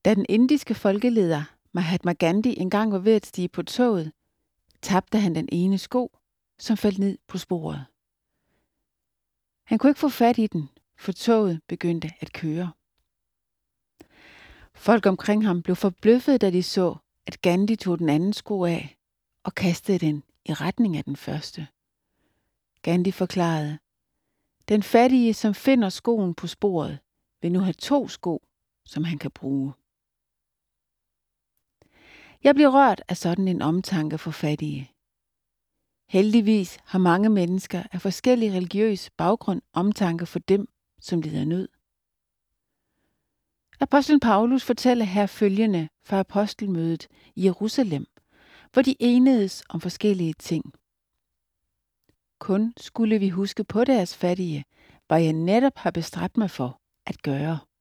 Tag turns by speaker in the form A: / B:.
A: Da den indiske folkeleder Mahatma Gandhi engang var ved at stige på toget, tabte han den ene sko, som faldt ned på sporet. Han kunne ikke få fat i den, for toget begyndte at køre. Folk omkring ham blev forbløffede, da de så, at Gandhi tog den anden sko af og kastede den i retning af den første. Gandhi forklarede, den fattige, som finder skoen på sporet, vil nu have 2 sko, som han kan bruge. Jeg bliver rørt af sådan en omtanke for fattige. Heldigvis har mange mennesker af forskellig religiøs baggrund omtanke for dem, som lider nød. Apostlen Paulus fortæller her følgende fra apostelmødet i Jerusalem, hvor de enedes om forskellige ting. Kun skulle vi huske på deres fattige, hvad jeg netop har bestræbt mig for at gøre.